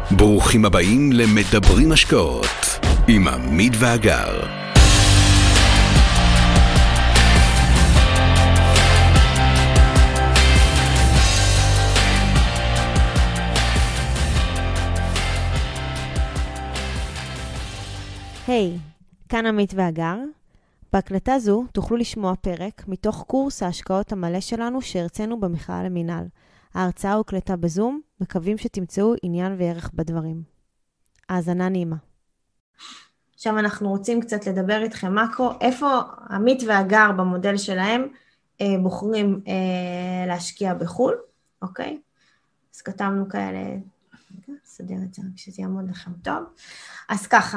ברוכים הבאים למדברים השקעות עם עמית ואגר. היי, כאן עמית ואגר. בהקלטה זו תוכלו לשמוע פרק מתוך קורס ההשקעות המלא שלנו שהרצינו במכללה למינהל. ההרצאה הוקלטה בזום, מקווים שתמצאו עניין וערך בדברים. האזנה נעימה. עכשיו אנחנו רוצים קצת לדבר איתכם מקרו, איפה עמית ואגר במודל שלהם בוחרים להשקיע בחול, אוקיי? אז כתבנו כאלה, סדר את זה, שזה יעמוד לכם טוב. אז ככה,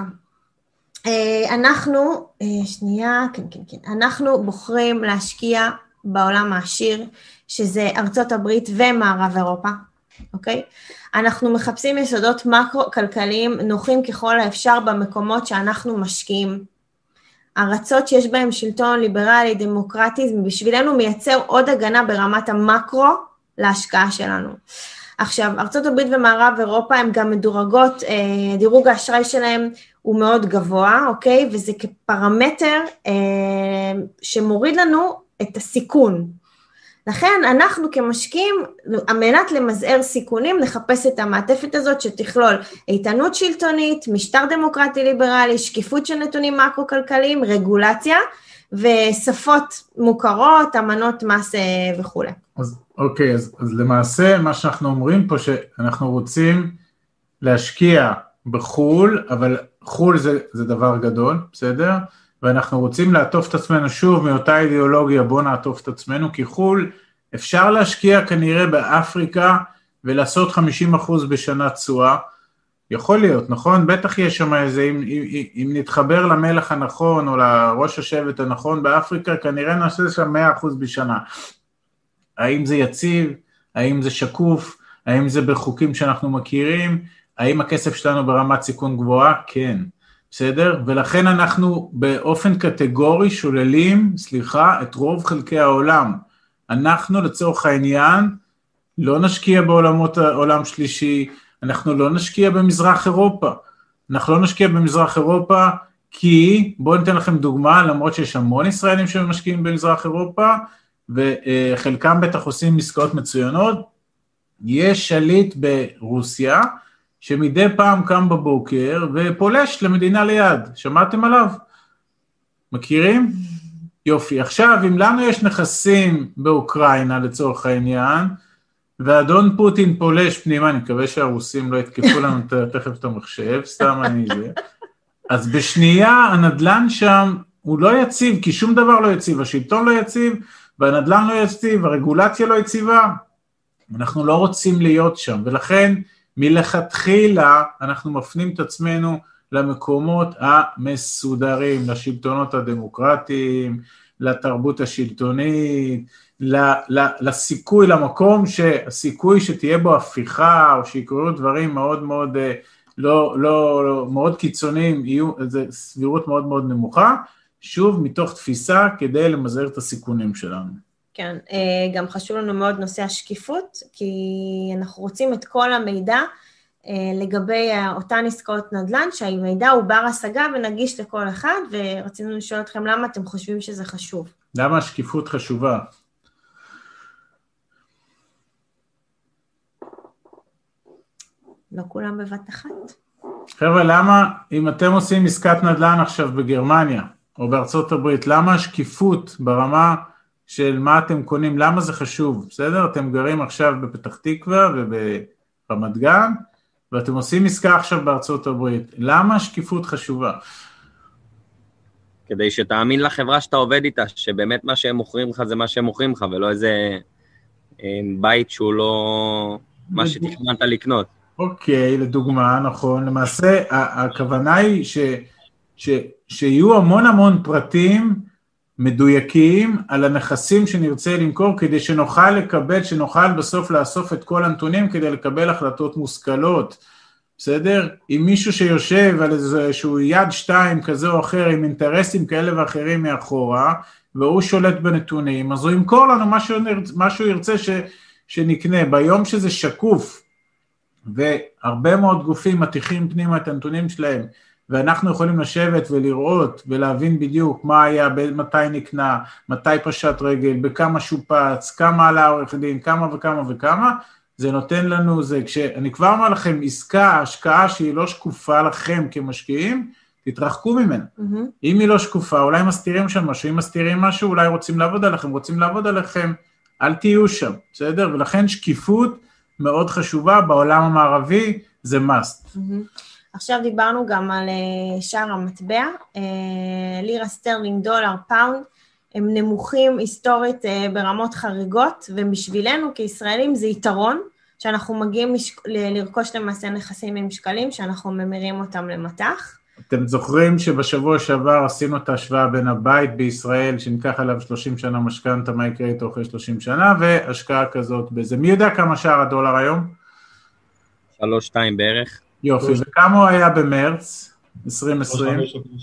אנחנו בוחרים להשקיע בעולם העשיר, שזה ארצות הברית ומערב אירופה, אוקיי? אנחנו מחפשים יסודות מקרו-כלכליים נוחים ככל האפשר במקומות שאנחנו משקיעים. ארצות שיש בהם שלטון ליברלי, דמוקרטי, בשבילנו מייצר עוד הגנה ברמת המקרו להשקעה שלנו. עכשיו, ארצות הברית ומערב אירופה הן גם מדורגות, דירוג האשראי שלהם הוא מאוד גבוה, אוקיי? וזה כפרמטר שמוריד לנו את הסיכון. לכן אנחנו כמשקיעים, על מנת למזער סיכונים, נחפש את המעטפת הזאת שתכלול איתנות שלטונית, משטר דמוקרטי ליברלי, שקיפות של נתונים מקרו-כלכליים, רגולציה, ושפות מוכרות, אמנות מס וכו'. אז אוקיי, אז למעשה מה שאנחנו אומרים פה, שאנחנו רוצים להשקיע בחול, אבל חול זה דבר גדול, בסדר? ואנחנו רוצים לעטוף את עצמנו שוב מאותה אידיאולוגיה, בוא נעטוף את עצמנו, כי חול אפשר להשקיע כנראה באפריקה ולעשות 50% בשנה תשואה, יכול להיות, נכון? בטח יש שם איזה, אם נתחבר למלך הנכון או לראש השבט הנכון באפריקה, כנראה נעשה שם 100% בשנה. האם זה יציב? האם זה שקוף? האם זה בחוקים שאנחנו מכירים? האם הכסף שלנו ברמת סיכון גבוהה? כן. בסדר? ולכן אנחנו באופן קטגורי שוללים, את רוב חלקי העולם. אנחנו לצורך העניין לא נשקיע בעולמות העולם שלישי, אנחנו לא נשקיע במזרח אירופה. אנחנו לא נשקיע במזרח אירופה כי, בואו ניתן לכם דוגמה, למרות שיש המון ישראלים שמשקיעים במזרח אירופה, וחלקם בטח עושים עסקאות מצוינות, יש שליט ברוסיה, שמדי פעם קם בבוקר ופולש למדינה ליד, שמעתם עליו? מכירים? יופי, עכשיו אם לנו יש נכסים באוקראינה לצורך העניין, ואדון פוטין פולש פנימה, אני מקווה שהרוסים לא יתקפו לנו תכף את המחשב, סתם אני זה, אז בשנייה הנדלן שם הוא לא יציב, כי שום דבר לא יציב, השלטון לא יציב, והנדלן לא יציב, הרגולציה לא יציבה, אנחנו לא רוצים להיות שם, ולכן מלכתחילה אנחנו מפנים את עצמנו למקומות המסודרים, לשלטונות הדמוקרטיים, לתרבות השלטונית, לסיכוי, למקום שהסיכוי שתהיה בו הפיכה, או שיקרו דברים מאוד מאוד, לא מאוד קיצוניים, זו סבירות מאוד מאוד נמוכה, שוב מתוך תפיסה כדי למזער את הסיכונים שלנו. כן, גם חשוב לנו מאוד נושא השקיפות, כי אנחנו רוצים את כל המידע לגבי אותן עסקאות נדל"ן, שהמידע הוא בר השגה ונגיש לכל אחד, ורצינו לשאול אתכם למה אתם חושבים שזה חשוב. למה השקיפות חשובה? לא כולם בבת אחת. חבר'ה, למה אם אתם עושים עסקת נדל"ן עכשיו בגרמניה, או בארצות הברית, למה השקיפות ברמה של מה אתם קונים, למה זה חשוב, בסדר? אתם גרים עכשיו בפתח תקווה וברמת גן, ואתם עושים עסקה עכשיו בארצות הברית, למה השקיפות חשובה? כדי שתאמין לחברה שאתה עובד איתה, שבאמת מה שהם מוכרים לך זה מה שהם מוכרים לך, ולא איזה בית שהוא לא מה שתכננת לקנות. אוקיי, לדוגמה, נכון, למעשה הכוונה היא שיהיו המון פרטים, מדויקים על הנכסים שנרצה למכור, כדי שנוכל בסוף לאסוף את כל הנתונים, כדי לקבל החלטות מושכלות, בסדר? אם מישהו שיושב על איזשהו יד שתיים כזה או אחר, עם אינטרסים כאלה ואחרים מאחורה, והוא שולט בנתונים, אז הוא ימכור לנו מה שהוא ירצה שנקנה, ביום שזה שקוף, והרבה מאוד גופים מתיחים פנימה את הנתונים שלהם, ואנחנו יכולים לשבת ולראות ולהבין בדיוק מה היה, מתי נקנה, מתי פשט רגל, בכמה שופץ, כמה עלה עורך דין, כמה וכמה וכמה, זה נותן לנו, כשאני כבר אומר לכם, עסקה, השקעה שהיא לא שקופה לכם כמשקיעים, תתרחקו ממנה. אם היא לא שקופה, אולי מסתירים שם משהו, אם מסתירים משהו, אולי רוצים לעבוד עליכם, אל תהיו שם, בסדר? ולכן שקיפות מאוד חשובה, בעולם המערבי זה must. עכשיו דיברנו גם על שער המטבע, לירה סטרלינג, דולר, פאונד, הם נמוכים היסטורית ברמות חריגות, ובשבילנו כישראלים זה יתרון, שאנחנו מגיעים לרכוש למעשה נכסים עם שקלים, שאנחנו ממירים אותם למטח. אתם זוכרים שבשבוע שעבר עשינו את ההשוואה בין הבית בישראל, שניקח עליו 30 שנה משכנתא, מה יקרה איתו אחרי 30 שנה, והשקעה כזאת בזה. מי יודע כמה שער הדולר היום? 3.2 בערך. יופי, וכמה הוא היה במרץ 2020?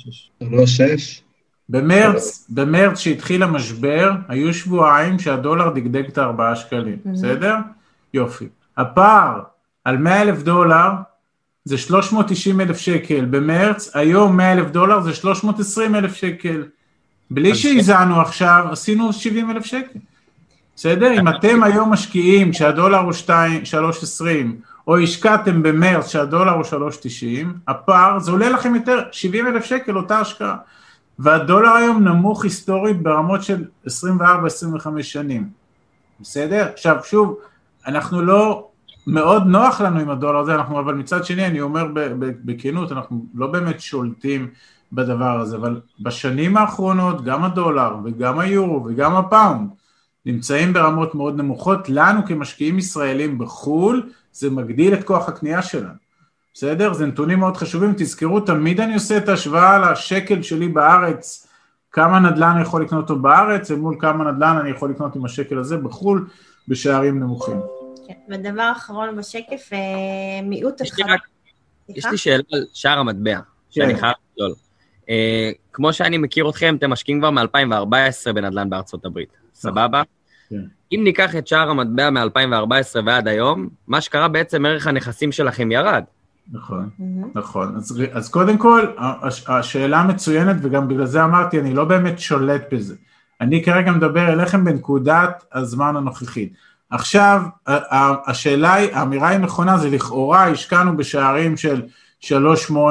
3.6. במרץ שהתחיל המשבר, היו שבועיים שהדולר דגדג את 4 שקלים, בסדר? יופי. הפער על $100,000 זה 390,000 שקל במרץ, היום $100,000 זה 320,000 שקל. בלי שהזענו עכשיו, עשינו 70,000 שקל. בסדר? אם אתם היום משקיעים שהדולר הוא 3.20, או השקעתם במרץ שהדולר הוא 3.90, הפער, זה עולה לכם יותר 70,000 שקל אותה השקעה. והדולר היום נמוך היסטורית ברמות של 24-25 שנים. בסדר? עכשיו, שוב, אנחנו לא, מאוד נוח לנו עם הדולר הזה, אבל מצד שני, אני אומר בכנות, אנחנו לא באמת שולטים בדבר הזה, אבל בשנים האחרונות, גם הדולר וגם היורו וגם הפאונד, נמצאים ברמות מאוד נמוכות, לנו כמשקיעים ישראלים בחול, זה מגדיל את כוח הקנייה שלנו. בסדר? זה נתונים מאוד חשובים, תזכרו, תמיד אני עושה את ההשוואה לשקל שלי בארץ, כמה נדל"ן אני יכול לקנות אותו בארץ, מול כמה נדל"ן אני יכול לקנות עם השקל הזה בחול, בשערים נמוכים. כן, ודבר אחרון בשקף, מיעוט יש לי שאלה על שער המטבע, שאני חייב לשאול. כמו שאני מכיר אתכם, אתם משקיעים כבר מ-2014 בנדל"ן בארצות הברית, סבבה? אם ניקח את שער המטבע מ-2014 ועד היום, מה שקרה בעצם ערך הנכסים שלכם ירד. נכון, נכון. אז קודם כל, השאלה מצוינת, וגם בגלל זה אמרתי, אני לא באמת שולט בזה. אני כרגע מדבר אליכם בנקודת הזמן הנוכחית. עכשיו, השאלה היא, האמירה היא נכונה, זה לכאורה, השקענו בשערים של 3.8, 3.7,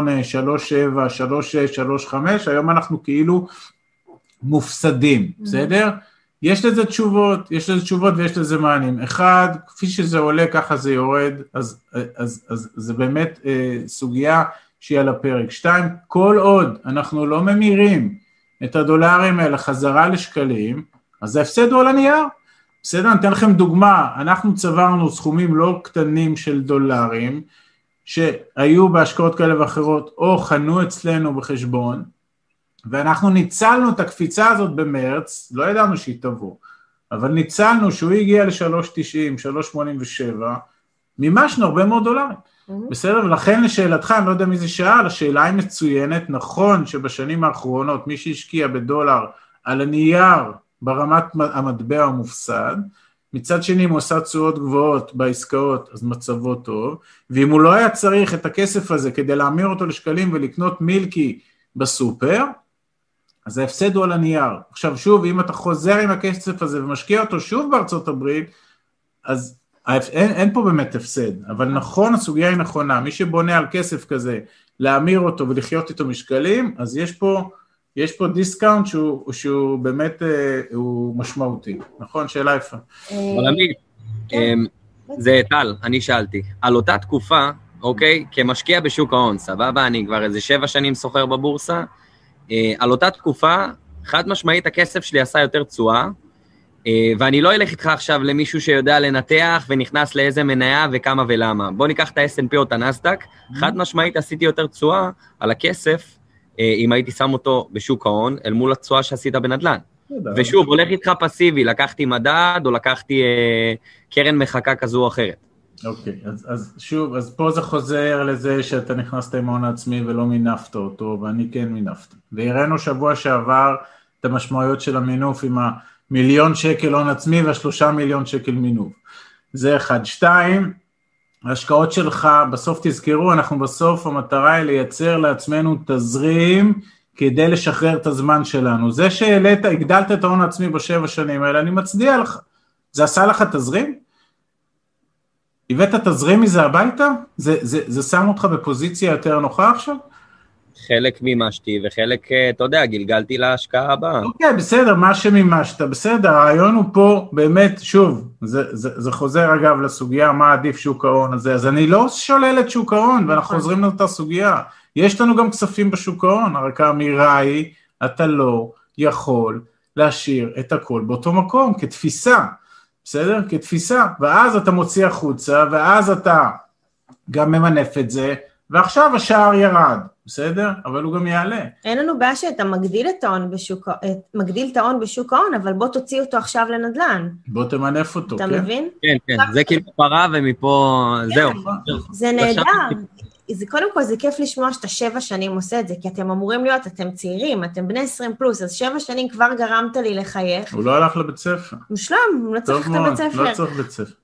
3.6, 3.5, היום אנחנו כאילו מופסדים, בסדר? יש לזה תשובות, ויש לזה מענים. אחד, כפי שזה עולה, ככה זה יורד, אז זה באמת סוגיה שהיא על הפרק. 2, כל עוד אנחנו לא ממירים את הדולרים האלה חזרה לשקלים, אז ההפסד הוא על הנייר. בסדר, אני אתן לכם דוגמה, אנחנו צברנו סכומים לא קטנים של דולרים, שהיו בהשקעות כאלה ואחרות, או חנו אצלנו בחשבון, ואנחנו ניצלנו את הקפיצה הזאת במרץ, לא ידענו שהיא תבוא, אבל ניצלנו שהוא הגיע ל-3.90, 3.87, מימשנו הרבה מאוד דולרים. בסדר, ולכן לשאלתך, אני לא יודע מי זה שאל, השאלה היא מצוינת, נכון שבשנים האחרונות מי שהשקיע בדולר על הנייר ברמת המטבע המופסד, מצד שני אם הוא עושה תשואות גבוהות בעסקאות, אז מצבו טוב, ואם הוא לא היה צריך את הכסף הזה כדי להמיר אותו לשקלים ולקנות מילקי בסופר, אז ההפסד הוא על הנייר. עכשיו שוב, אם אתה חוזר עם הכסף הזה ומשקיע אותו שוב בארצות הברית, אז אין פה באמת הפסד, אבל נכון, הסוגיה היא נכונה, מי שבונה על כסף כזה, להמיר אותו ולחיות איתו משקלים, אז יש פה דיסקאונט שהוא באמת, הוא משמעותי, נכון? שאלה יפה. אבל עמית, זה טל, אני שאלתי, על אותה תקופה, אוקיי, כמשקיע בשוק ההון, סבבה, אני כבר איזה 7 שנים סוחר בבורסה, על אותה תקופה, חד משמעית הכסף שלי עשה יותר תשואה, ואני לא אלך איתך עכשיו למישהו שיודע לנתח ונכנס לאיזה מניה וכמה ולמה. בוא ניקח את ה-S&P או את הנסדק, חד משמעית עשיתי יותר תשואה על הכסף, אם הייתי שם אותו בשוק ההון, אל מול התשואה שעשית בנדל"ן. ושוב, הולך איתך פסיבי, לקחתי מדד או לקחתי קרן מחקה כזו או אחרת. אוקיי, אז שוב, אז פה זה חוזר לזה שאתה נכנסת עם ההון העצמי ולא מינפת אותו, ואני כן מינפת. והראינו שבוע שעבר את המשמעויות של המינוף עם $1,000,000 הון עצמי וה3 מיליון שקל מינוף. זה 1. 2, ההשקעות שלך, בסוף תזכרו, אנחנו בסוף, המטרה היא לייצר לעצמנו תזרים, כדי לשחרר את הזמן שלנו. זה שהעלית, הגדלת את ההון העצמי ב7 שנים האלה, אני מצדיע לך. זה עשה לך תזרים? הבאת תזרים מזה הביתה? זה שם אותך בפוזיציה יותר נוחה עכשיו? חלק מימשתי, וחלק, אתה יודע, גלגלתי להשקעה הבאה. אוקיי, בסדר, מה שמימשת, בסדר, הרעיון הוא פה, באמת, שוב, זה חוזר אגב לסוגיה, מה עדיף שוק ההון הזה, אז אני לא שולל את שוק ההון, ואנחנו חוזרים לאותה סוגיה, יש לנו גם כספים בשוק ההון, רק האמירה היא, אתה לא יכול להשאיר את הכל באותו מקום, כתפיסה, בסדר? כתפיסה, ואז אתה מוציא החוצה, ואז אתה גם ממנף את זה, ועכשיו השער ירד, בסדר? אבל הוא גם יעלה. אין לנו בעיה שאתה מגדיל את ההון בשוק ההון, אבל בוא תוציא אותו עכשיו לנדל"ן. בוא תמנף אותו, כן? אתה מבין? כן, כן, זה כאילו פרה ומפה, זהו. זה נהדר. קודם כל זה כיף לשמוע שאתה 7 שנים עושה את זה, כי אתם אמורים להיות, אתם צעירים, אתם בני 20 פלוס, אז 7 שנים כבר גרמת לי לחייך. הוא לא הלך לבית ספר. מושלם, הוא לא צריך את הבית ספר. לא צריך בית ספר.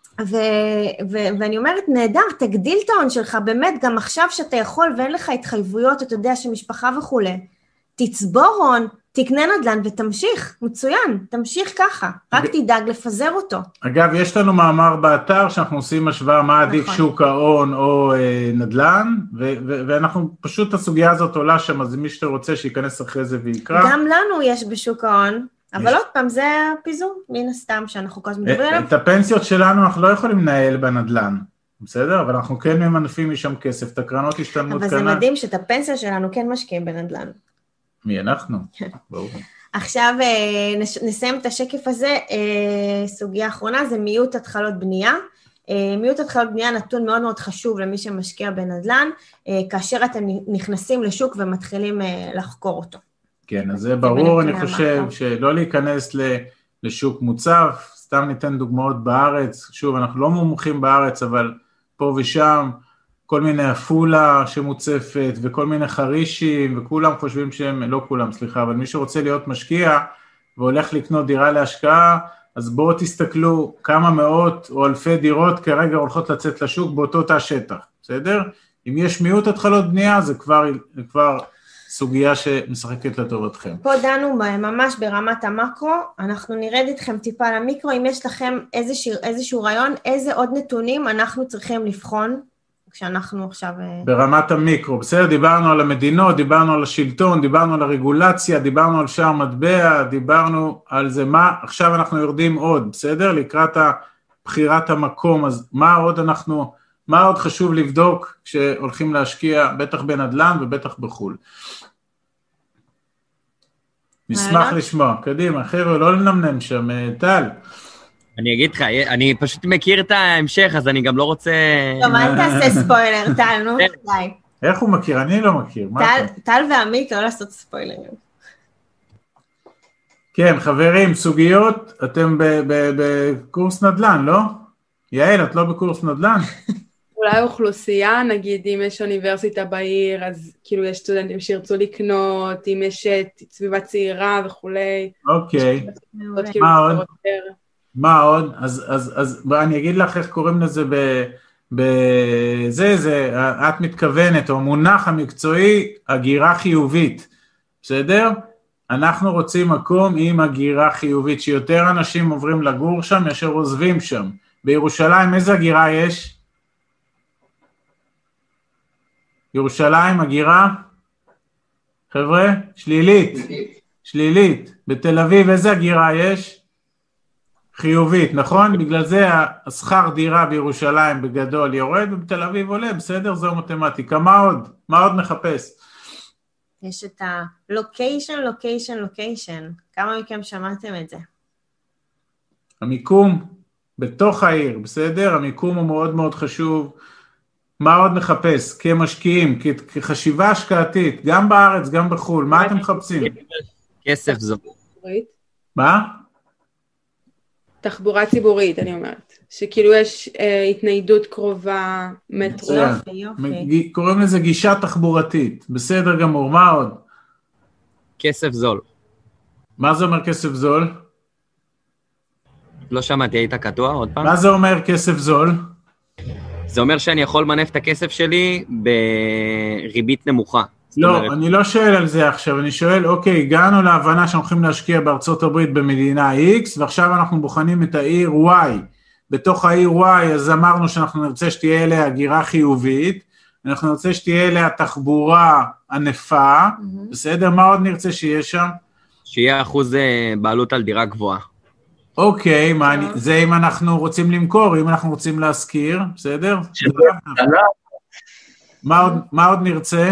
ואני אומרת, נהדר, תגדיל את ההון שלך, באמת, גם עכשיו שאתה יכול ואין לך התחייבויות, אתה יודע שמשפחה וכו', תצבור הון, תקנה נדל"ן ותמשיך, מצוין, תמשיך ככה, רק תדאג לפזר אותו. אגב, יש לנו מאמר באתר שאנחנו עושים השוואה מה עדיף שוק ההון או נדל"ן, ואנחנו פשוט הסוגיה הזאת עולה שם, אז מי שאתה רוצה שייכנס אחרי זה ויקרא. גם לנו יש בשוק ההון, אבל עוד פעם, זה הפיזור, מן הסתם שאנחנו כל הזמן מדברים עליו. את הפנסיות שלנו אנחנו לא יכולים לנהל בנדל"ן, בסדר? אבל אנחנו כן ממנפים משם כסף, את הקרנות השתלמות אבל זה מדהים שאת הפנסיה שלנו כן משקיעים בנדל"ן. מי אנחנו? ברור. עכשיו נסיים את השקף הזה, סוגיה האחרונה, זה מיעוט התחלות בנייה. מיעוט התחלות בנייה נתון מאוד מאוד חשוב למי שמשקיע בנדל"ן, כאשר אתם נכנסים לשוק ומתחילים לחקור אותו. כן, אז זה ברור, אני חושב שלא להיכנס לשוק מוצף, סתם ניתן דוגמאות בארץ, שוב, אנחנו לא מומחים בארץ, אבל פה ושם, כל מיני אפולה שמוצפת, וכל מיני חרישים, וכולם חושבים שהם, לא כולם, סליחה, אבל מי שרוצה להיות משקיע, והולך לקנות דירה להשקעה, אז בואו תסתכלו כמה מאות או אלפי דירות כרגע הולכות לצאת לשוק באותו תא שטח, בסדר? אם יש מיעוט התחלות בנייה, זה כבר סוגיה שמשחקת לטובתכם. פה דנו ממש ברמת המקרו, אנחנו נרד איתכם טיפה למיקרו, אם יש לכם איזשהו רעיון, איזה עוד נתונים אנחנו צריכים לבחון, כשאנחנו עכשיו... ברמת המיקרו, בסדר, דיברנו על המדינות, דיברנו על השלטון, דיברנו על הרגולציה, דיברנו על שער מטבע, דיברנו על זה, עכשיו אנחנו יורדים עוד, בסדר? לקראת בחירת המקום, אז מה עוד חשוב לבדוק כשהולכים להשקיע, בטח בנדל"ן ובטח בחול. נשמח לשמוע, קדימה, חבר'ה, לא לנמנם שם, טל. אני אגיד לך, אני פשוט מכיר את ההמשך, אז אני גם לא רוצה... טוב, אל תעשה ספוילר, טל, נו, די. איך הוא מכיר? אני לא מכיר. טל ועמית לא לעשות ספוילרים. כן, חברים, סוגיות, אתם בקורס נדל"ן, לא? יעל, את לא בקורס נדל"ן? אולי אוכלוסייה, נגיד אם יש אוניברסיטה בעיר, אז כאילו יש סטודנטים שירצו לקנות, אם יש סביבה צעירה וכולי. אוקיי. מה עוד? מה עוד? אז אני אגיד לך איך קוראים לזה את מתכוונת, או מונח המקצועי, הגירה חיובית, בסדר? אנחנו רוצים מקום עם הגירה חיובית, שיותר אנשים עוברים לגור שם, מאשר עוזבים שם. בירושלים איזה הגירה יש? ירושלים, הגירה? חבר'ה? שלילית. בתל אביב איזה הגירה יש? חיובית, נכון? בגלל זה השכר דירה בירושלים בגדול יורד, ובתל אביב עולה, בסדר? זו מתמטיקה. מה עוד נחפש? יש את לוקיישן. כמה מכם שמעתם את זה? המיקום בתוך העיר, בסדר? המיקום הוא מאוד מאוד חשוב. מה עוד נחפש? כמשקיעים, כחשיבה השקעתית, גם בארץ, גם בחול, מה אתם מחפשים? כסף זו. מה? תחבורה ציבורית, אני אומרת. שכאילו יש התניידות קרובה, מטרו. יופי. קוראים לזה גישה תחבורתית, בסדר גמור, מה עוד? כסף זול. מה זה אומר כסף זול? לא שמעתי, היית קטוע עוד פעם? מה זה אומר כסף זול? זה אומר שאני יכול למנף את הכסף שלי בריבית נמוכה. לא, אני לא שואל על זה עכשיו, אני שואל, אוקיי, הגענו להבנה שאנחנו הולכים להשקיע בארצות הברית במדינה X, ועכשיו אנחנו בוחנים את העיר Y. בתוך העיר Y, אז אמרנו שאנחנו נרצה שתהיה אליה הגירה חיובית, אנחנו נרצה שתהיה אליה תחבורה ענפה, בסדר? מה עוד נרצה שיהיה שם? שיהיה אחוז בעלות על דירה גבוהה. אוקיי, זה אם אנחנו רוצים למכור, אם אנחנו רוצים להשכיר, בסדר? מה עוד נרצה?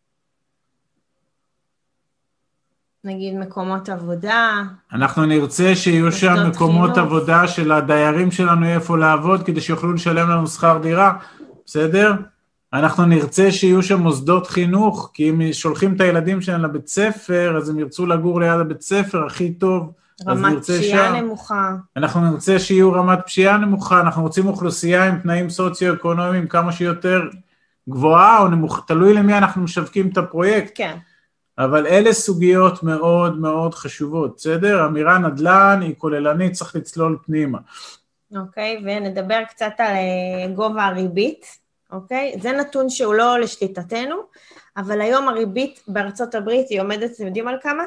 נגיד מקומות עבודה. אנחנו נרצה שיהיו שם מקומות עבודה של הדיירים שלנו איפה לעבוד, כדי שיוכלו לשלם לנו שכר דירה, בסדר? אנחנו נרצה שיהיו שם מוסדות חינוך, כי אם שולחים את הילדים שלהם לבית ספר, אז הם ירצו לגור ליד הבית ספר הכי טוב. רמת פשיעה נמוכה. אנחנו נרצה שיהיו רמת פשיעה נמוכה, אנחנו רוצים אוכלוסייה עם תנאים סוציו-אקונומיים כמה שיותר גבוהה או נמוכה, תלוי למי אנחנו משווקים את הפרויקט. כן. אבל אלה סוגיות מאוד מאוד חשובות, בסדר? אמירה נדל"ן היא כוללנית, צריך לצלול פנימה. אוקיי, ונדבר קצת על גובה הריבית, אוקיי? זה נתון שהוא לא לשליטתנו, אבל היום הריבית בארצות הברית היא עומדת, אתם יודעים על כמה?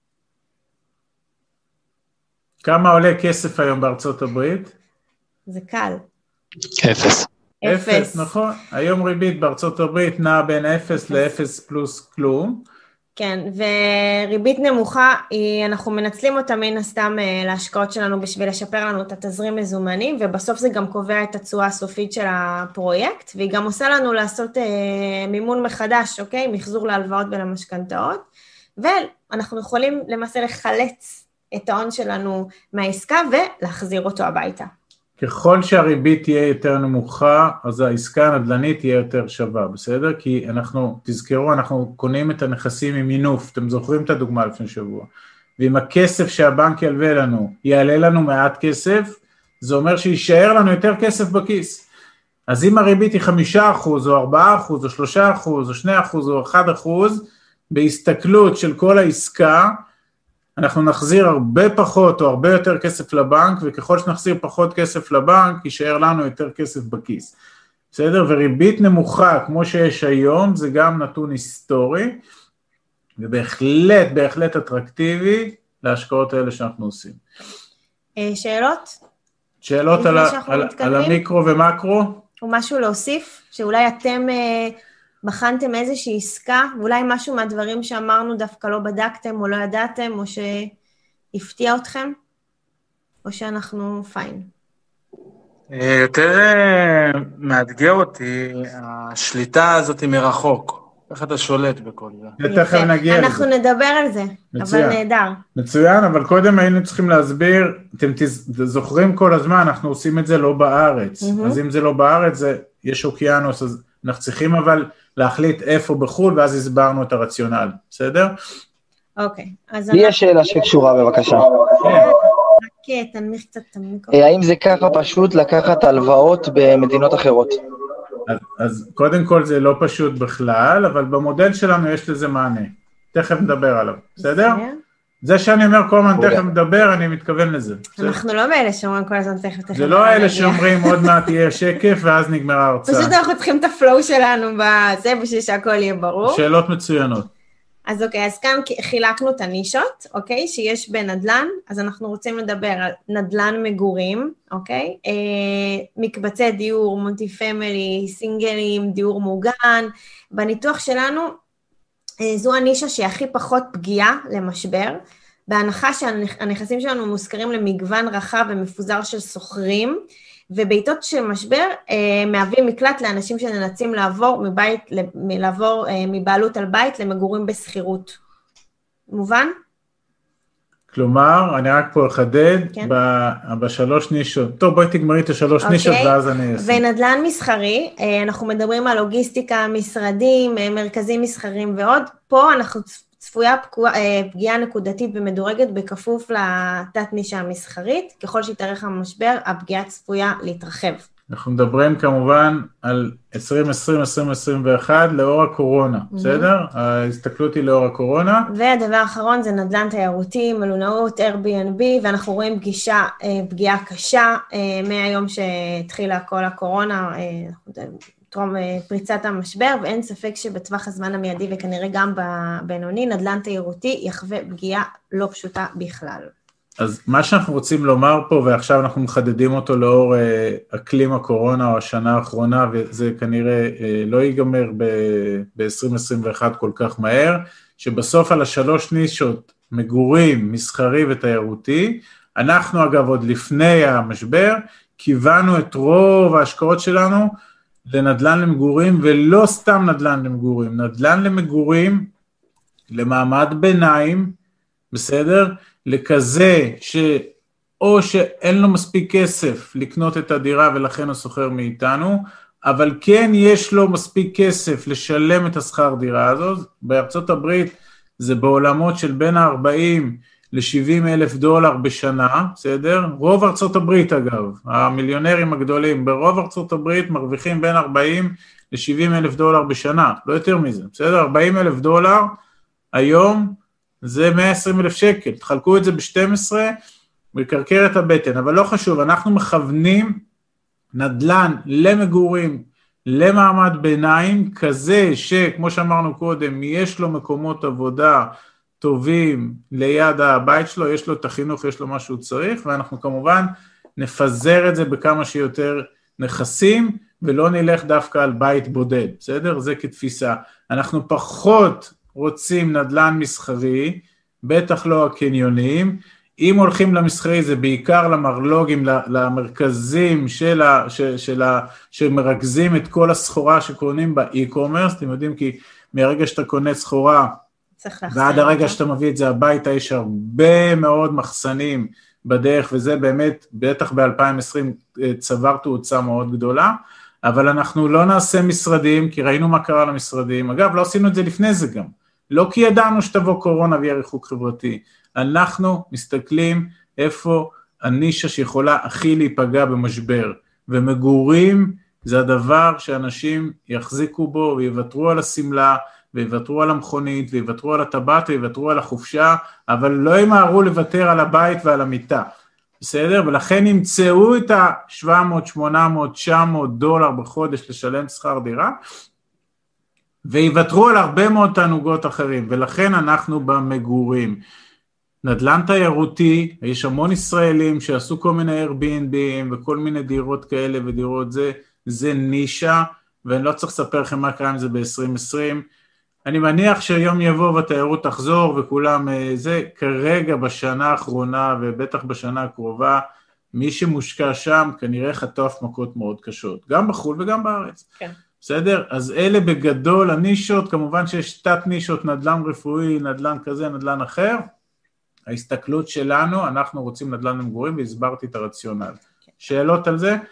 כמה עולה כסף היום בארצות הברית? זה קל. 0. 0, נכון. היום ריבית בארצות הברית נעה בין 0 ל-0 פלוס כלום. כן, וריבית נמוכה, אנחנו מנצלים אותה מן הסתם להשקעות שלנו בשביל לשפר לנו את התזרים מזומנים, ובסוף זה גם קובע את התשואה הסופית של הפרויקט, והיא גם עושה לנו לעשות מימון מחדש, אוקיי? מחזור להלוואות ולמשכנתאות, ואנחנו יכולים למעשה לחלץ את ההון שלנו מהעסקה ולהחזיר אותו הביתה. ככל שהריבית תהיה יותר נמוכה, אז העסקה הנדל"נית תהיה יותר שווה, בסדר? כי תזכרו, אנחנו קונים את הנכסים עם מינוף, אתם זוכרים את הדוגמה לפני שבוע, ואם הכסף שהבנק ילווה לנו, יעלה לנו מעט כסף, זה אומר שישאר לנו יותר כסף בכיס. אז אם הריבית היא 5% או 4% או 3% או 2% או 1%, בהסתכלות של כל העסקה, אנחנו נחזיר הרבה פחות או הרבה יותר כסף לבנק, וככל שנחזיר פחות כסף לבנק, יישאר לנו יותר כסף בכיס. בסדר? וריבית נמוכה, כמו שיש היום, זה גם נתון היסטורי, ובהחלט, בהחלט אטרקטיבי, להשקעות האלה שאנחנו עושים. שאלות? שאלות על המיקרו ומקרו? או משהו להוסיף, שאולי אתם בחנתם איזושהי עסקה, ואולי משהו מהדברים שאמרנו דווקא לא בדקתם או לא ידעתם, או שהפתיע אתכם, או שאנחנו פיין. יותר מאתגר אותי, השליטה הזאת היא מרחוק. איך אתה שולט בכל זה? תכף נגיע לזה. אנחנו נדבר על זה, אבל נהדר. מצוין, אבל קודם היינו צריכים להסביר, אתם זוכרים כל הזמן, אנחנו עושים את זה לא בארץ. אז אם זה לא בארץ, יש אוקיינוס, אז אנחנו צריכים אבל להחליט איפה בחול, ואז הסברנו את הרציונל, בסדר? אוקיי. לי יש שאלה שקשורה בבקשה. רק תנמיך קצת את המיקרופון. האם זה ככה פשוט לקחת הלוואות במדינות אחרות? אז קודם כל זה לא פשוט בכלל, אבל במודל שלנו יש לזה מענה. תכף נדבר עליו, בסדר? זה שאני אומר כל הזמן תכף נדבר, אני מתכוון לזה. אנחנו לא באלה שאומרים כל הזמן תכף. זה לא אלה שאומרים עוד מעט יהיה שקף, ואז נגמר ההרצאה. פשוט אנחנו צריכים את הפלואו שלנו בזה, בשביל שהכל יהיה ברור. שאלות מצוינות. אז אוקיי, אז כאן חילקנו את הנישות, אוקיי, שיש בנדלן, אז אנחנו רוצים לדבר על נדלן מגורים, אוקיי, מקבצי דיור, מולטי פמילי, סינגלים, דיור מוגן, בניתוח שלנו, זו הנישה שהיא הכי פחות פגיעה למשבר, בהנחה שהנכסים שלנו מוזכרים למגוון רחב ומפוזר של סוחרים, ובעיתות של משבר מהווים מקלט לאנשים שנאלצים לעבור מבעלות על בית למגורים בסחירות. מובן? כלומר, אני רק פה אחדד, בשלוש נישות. טוב, בואי תגמרי את השלוש נישות, ואז אני אעשה. ונדל"ן מסחרי, אנחנו מדברים על לוגיסטיקה, משרדים, מרכזים מסחרים ועוד. פה אנחנו צפויה פגיעה נקודתית ומדורגת בכפוף לתת נישה המסחרית. ככל שיתארך המשבר, הפגיעה צפויה להתרחב. אנחנו מדברים כמובן על 2020-2021 לאור הקורונה, בסדר? ההסתכלות היא לאור הקורונה. והדבר האחרון זה נדל"ן תיירותי, מלונאות, Airbnb, ואנחנו רואים פגיעה קשה מהיום שהתחילה כל הקורונה, טרום פריצת המשבר, ואין ספק שבטווח הזמן המיידי וכנראה גם בבינוני, נדל"ן תיירותי יחווה פגיעה לא פשוטה בכלל. אז מה שאנחנו רוצים לומר פה, ועכשיו אנחנו מחדדים אותו לאור אקלים הקורונה או השנה האחרונה, וזה כנראה לא ייגמר ב-2021 כל כך מהר, שבסוף על השלוש נישות, מגורים, מסחרי ותיירותי, אנחנו אגב עוד לפני המשבר, כיוונו את רוב ההשקעות שלנו לנדל"ן למגורים, ולא סתם נדל"ן למגורים, נדל"ן למגורים, למעמד ביניים, בסדר? לכזה או שאין לו מספיק כסף לקנות את הדירה ולכן הוא סוחר מאיתנו, אבל כן יש לו מספיק כסף לשלם את השכר דירה הזאת. בארצות הברית זה בעולמות של בין ה-40 ל-70 אלף דולר בשנה, בסדר? רוב ארצות הברית אגב, המיליונרים הגדולים ברוב ארצות הברית מרוויחים בין 40 ל-70 אלף דולר בשנה, לא יותר מזה, בסדר? 40 אלף דולר היום, זה 120,000 שקל, תחלקו את זה ב-12, ויקרקר את הבטן, אבל לא חשוב, אנחנו מכוונים נדל"ן למגורים, למעמד ביניים, כזה שכמו שאמרנו קודם, יש לו מקומות עבודה טובים ליד הבית שלו, יש לו את החינוך, יש לו מה שהוא צריך, ואנחנו כמובן נפזר את זה בכמה שיותר נכסים, ולא נלך דווקא על בית בודד, בסדר? זה כתפיסה. אנחנו פחות רוצים נדל"ן מסחרי, בטח לא הקניונים, אם הולכים למסחרי זה בעיקר למרלוגים, למרכזים שמרכזים את כל הסחורה שקונים באי-קומרס, אתם יודעים כי מהרגע שאתה קונה סחורה, ועד הרגע שאתה מביא את זה הביתה, יש הרבה מאוד מחסנים בדרך, וזה באמת, בטח ב-2020 צבר תאוצה מאוד גדולה, אבל אנחנו לא נעשה משרדים, כי ראינו מה קרה למשרדים, אגב לא עשינו את זה לפני זה גם, לא כי ידענו שתבוא קורונה ויהיה ריחוק חברתי, אנחנו מסתכלים איפה הנישה שיכולה הכי להיפגע במשבר, ומגורים זה הדבר שאנשים יחזיקו בו ויוותרו על הסמלה, ויוותרו על המכונית, ויוותרו על הטבעת, ויוותרו על החופשה, אבל לא ימהרו לוותר על הבית ועל המיטה, בסדר? ולכן ימצאו את ה-700, 800, 900 דולר בחודש לשלם שכר דירה, ויוותרו על הרבה מאוד תענוגות אחרים, ולכן אנחנו במגורים. נדל"ן תיירותי, יש המון ישראלים שעשו כל מיני Airbnb וכל מיני דירות כאלה ודירות זה נישה, ואני לא צריך לספר לכם מה קרה עם זה ב-2020, אני מניח שהיום יבוא והתיירות תחזור וכולם זה, כרגע בשנה האחרונה ובטח בשנה הקרובה, מי שמושקע שם כנראה חטוף מכות מאוד קשות, גם בחול וגם בארץ. כן. בסדר? אז אלה בגדול הנישות, כמובן שיש תת נישות, נדל"ן רפואי, נדל"ן כזה, נדל"ן אחר, ההסתכלות שלנו, אנחנו רוצים נדל"ן למגורים, והסברתי את הרציונל. שאלות על זה?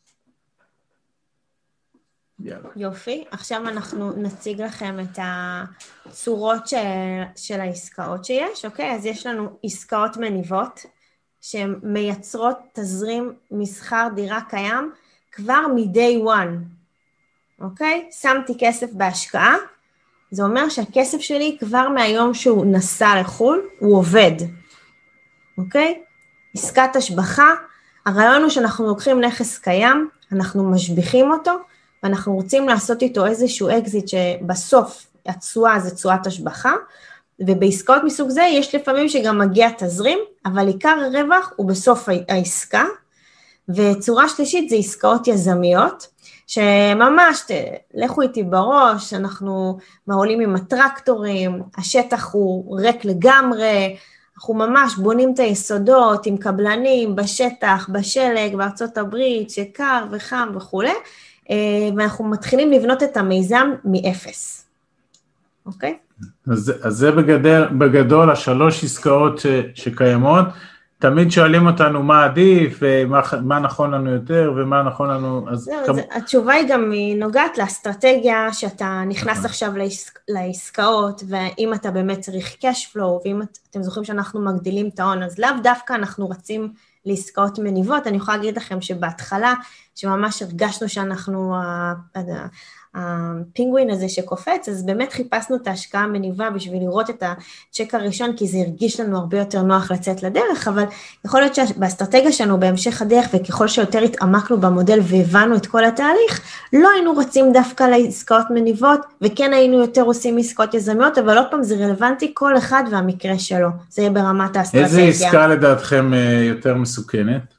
יופי, עכשיו אנחנו נציג לכם את הצורות של העסקאות שיש, אוקיי? אז יש לנו עסקאות מניבות, שמייצרות תזרים מסחר דירה קיים, כבר מ-day one, אוקיי? שמתי כסף בהשקעה, זה אומר שהכסף שלי כבר מהיום שהוא נסע לחול, הוא עובד, אוקיי? עסקת השבחה, הרעיון הוא שאנחנו לוקחים נכס קיים, אנחנו משביחים אותו, ואנחנו רוצים לעשות איתו איזשהו אקזיט שבסוף התשואה זה תשואת השבחה, ובעסקאות מסוג זה יש לפעמים שגם מגיע תזרים, אבל עיקר הרווח הוא בסוף העסקה, וצורה שלישית זה עסקאות יזמיות, שממש, לכו איתי בראש, אנחנו מעולים עם הטרקטורים, השטח הוא ריק לגמרי, אנחנו ממש בונים את היסודות עם קבלנים בשטח, בשלג, בארצות הברית, שקר וחם וכו', ואנחנו מתחילים לבנות את המיזם מאפס. אוקיי? אז זה בגדול השלוש עסקאות שקיימות, תמיד שואלים אותנו מה עדיף, ומה נכון לנו יותר, ומה נכון לנו... התשובה היא גם נוגעת לאסטרטגיה, שאתה נכנס עכשיו לעסקאות, ואם אתה באמת צריך cash flow, ואם אתם זוכרים שאנחנו מגדילים את ההון, אז לאו דווקא אנחנו רצים לעסקאות מניבות. אני יכולה להגיד לכם שבהתחלה, שממש הרגשנו שאנחנו, הפינגווין הזה שקופץ, אז באמת חיפשנו את ההשקעה המניבה בשביל לראות את הצ'ק הראשון, כי זה הרגיש לנו הרבה יותר נוח לצאת לדרך, אבל יכול להיות שבאסטרטגיה שלנו בהמשך הדרך, וככל שיותר התעמקנו במודל והבנו את כל התהליך, לא היינו רצים דווקא לעסקאות מניבות, וכן היינו יותר עושים עסקאות יזמיות, אבל עוד פעם זה רלוונטי כל אחד והמקרה שלו, זה יהיה ברמת האסטרטגיה. איזה עסקה לדעתכם יותר מסוכנת?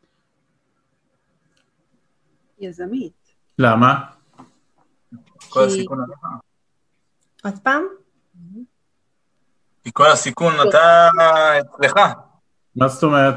יזמית. למה? כל הסיכון עליך. עוד פעם? כי כל הסיכון אתה אצלך. מה זאת אומרת?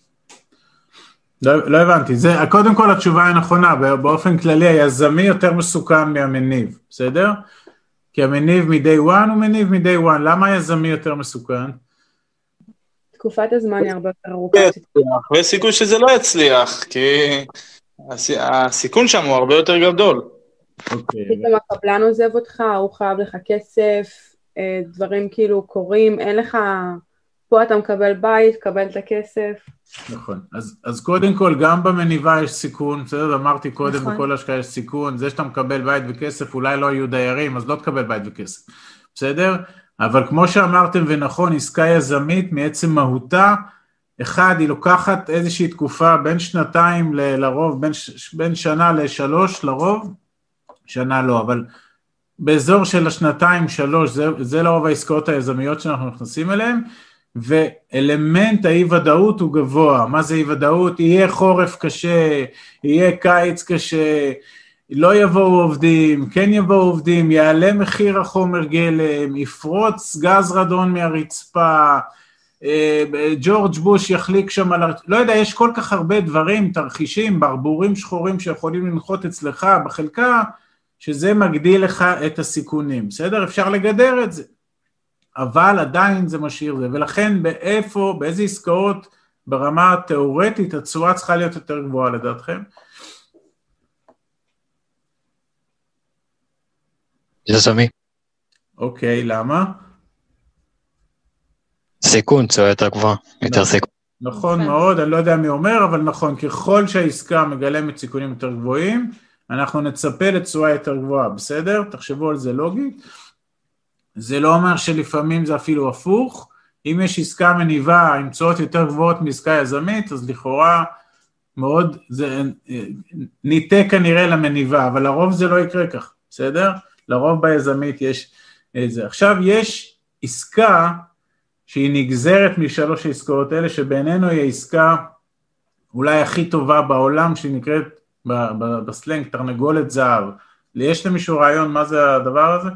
לא הבנתי. קודם כל התשובה היא נכונה, באופן כללי היזמי יותר מסוכן מהמניב, בסדר? כי המניב מ-day one הוא מניב מ-day one. למה היזמי יותר מסוכן? תקופת הזמן היא הרבה יותר ארוכה. ויש סיכוי שזה לא יצליח, כי הסיכון שם הוא הרבה יותר גדול. פתאום הקבלן עוזב אותך, הוא חייב לך כסף, דברים כאילו קורים, אין לך, פה אתה מקבל בית, קבל את הכסף. נכון, אז קודם כל גם במניבה יש סיכון, בסדר, אמרתי קודם בכל השקעה יש סיכון, זה שאתה מקבל בית וכסף, אולי לא יהיו דיירים, אז לא תקבל בית וכסף, בסדר? אבל כמו שאמרתם ונכון, עסקה יזמית מעצם מהותה, אחד, היא לוקחת איזושהי תקופה בין שנתיים לרוב, בין שנה לשלוש לרוב, שנה לא, אבל באזור של השנתיים, שלוש, זה לרוב העסקאות היזמיות שאנחנו נכנסים אליהן, ואלמנט האי-ודאות הוא גבוה. מה זה אי-ודאות? יהיה חורף קשה, יהיה קיץ קשה, לא יבואו עובדים, כן יבואו עובדים, יעלה מחיר החומר גלם, יפרוץ גז רדון מהרצפה, ג'ורג' בוש יחליק שם על, לא יודע, יש כל כך הרבה דברים, תרחישים, ברבורים שחורים שיכולים לנחות אצלך בחלקה, שזה מגדיל לך את הסיכונים, בסדר? אפשר לגדר את זה, אבל עדיין זה משאיר זה, ולכן באיזה עסקאות ברמה התיאורטית, התשואה צריכה להיות יותר גבוהה לדעתכם? יזמי. אוקיי, למה? סיכון, תשואה יותר גבוהה, יותר סיכון. נכון מאוד, אני לא יודע מי אומר, אבל נכון, ככל שהעסקה מגלמת סיכונים יותר גבוהים, אנחנו נצפה לתשואה יותר גבוהה, בסדר? תחשבו על זה לוגית. זה לא אומר שלפעמים זה אפילו הפוך, אם יש עסקה מניבה עם תשואות יותר גבוהות מעסקה יזמית, אז לכאורה מאוד, זה ניתה כנראה למניבה, אבל לרוב זה לא יקרה כך, בסדר? לרוב ביזמית יש זה. עכשיו יש עסקה שהיא נגזרת משלוש העסקאות האלה, שבינינו היא העסקה אולי הכי טובה בעולם, שהיא נקראת בסלנג תרנגולת זהב. יש למישהו רעיון מה זה הדבר הזה?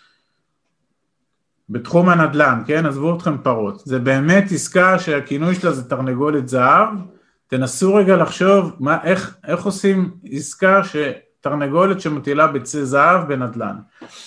בתחום הנדל"ן, כן? עזבו אתכם פרות. זה באמת עסקה שהכינוי שלה זה תרנגולת זהב. תנסו רגע לחשוב איך עושים עסקה שתרנגולת שמטילה ביצי זהב בנדל"ן.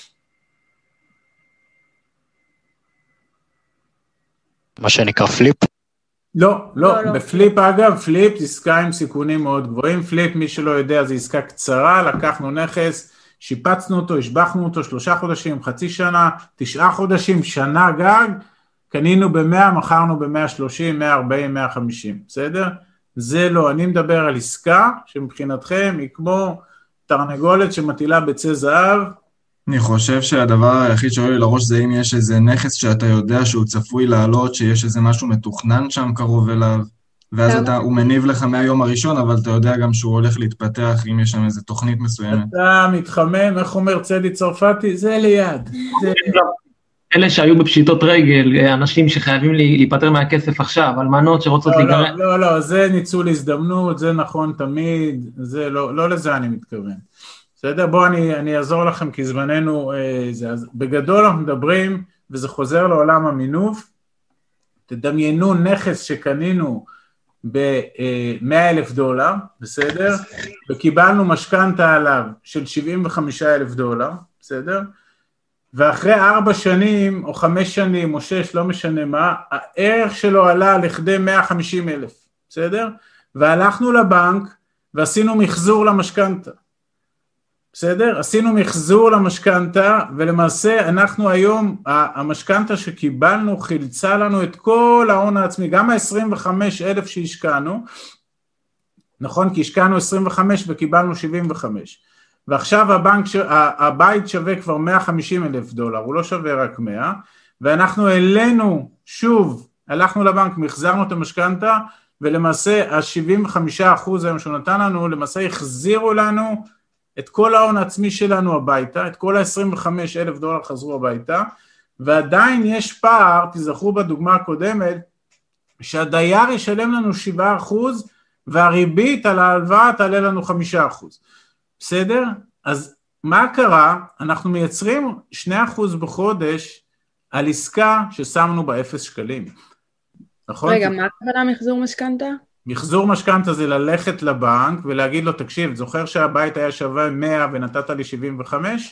מה שנקרא פליפ? לא, בפליפ אגב, פליפ זה עסקה עם סיכונים מאוד גבוהים, פליפ מי שלא יודע זה עסקה קצרה, לקחנו נכס, שיפצנו אותו, השבחנו אותו 3 חודשים, חצי שנה, 9 חודשים, שנה גג, קנינו ב100, מכרנו ב130, 140, 150, בסדר? זה לא, אני מדבר על עסקה שמבחינתכם היא כמו תרנגולת שמטילה ביצי זהב. אני חושב שהדבר היחיד שעולה לי לראש זה אם יש איזה נכס שאתה יודע שהוא צפוי לעלות, שיש איזה משהו מתוכנן שם קרוב אליו, ואז הוא מניב לך מהיום הראשון, אבל אתה יודע גם שהוא הולך להתפתח אם יש שם איזה תוכנית מסוימת. אתה מתחמם, איך אומר צדי צרפתי? זה ליד. אלה שהיו בפשיטות רגל, אנשים שחייבים להיפטר מהכסף עכשיו, אלמנות שרוצות להיגרם. לא, זה ניצול הזדמנות, זה נכון תמיד, זה לא לזה אני מתכוון. בסדר? בואו אני אעזור לכם כי זמננו זה. אז בגדול אנחנו מדברים, וזה חוזר לעולם המינוף, תדמיינו נכס שקנינו ב$100,000, בסדר? וקיבלנו משכנתה עליו של $75,000, בסדר? ואחרי 4 שנים, או 5 שנים, או 6, לא משנה מה, הערך שלו עלה לכדי 150,000, בסדר? והלכנו לבנק, ועשינו מחזור למשכנתה. בסדר? עשינו מחזור למשכנתה, ולמעשה אנחנו היום, המשכנתה שקיבלנו חילצה לנו את כל ההון העצמי, גם ה-25,000 שהשקענו, נכון? כי השקענו 25 וקיבלנו 75. ועכשיו הבית שווה כבר $150,000, הוא לא שווה רק 100, ואנחנו אלינו שוב, הלכנו לבנק, מחזרנו את המשכנתה, ולמעשה ה-75% היום שהוא נתן לנו, למעשה החזירו לנו את כל ההון העצמי שלנו הביתה, את כל $25,000 חזרו הביתה, ועדיין יש פער, תזכרו בדוגמה הקודמת, שהדייר ישלם לנו 7%, והריבית על ההלוואה תעלה לנו 5%. בסדר? אז מה קרה? אנחנו מייצרים 2% בחודש על עסקה ששמנו ב0 שקלים. נכון? רגע, מה הכוונה מחזור משכנתה? מחזור משכנתה זה ללכת לבנק ולהגיד לו, תקשיב, זוכר שהבית היה שווה 100 ונתת לי 75?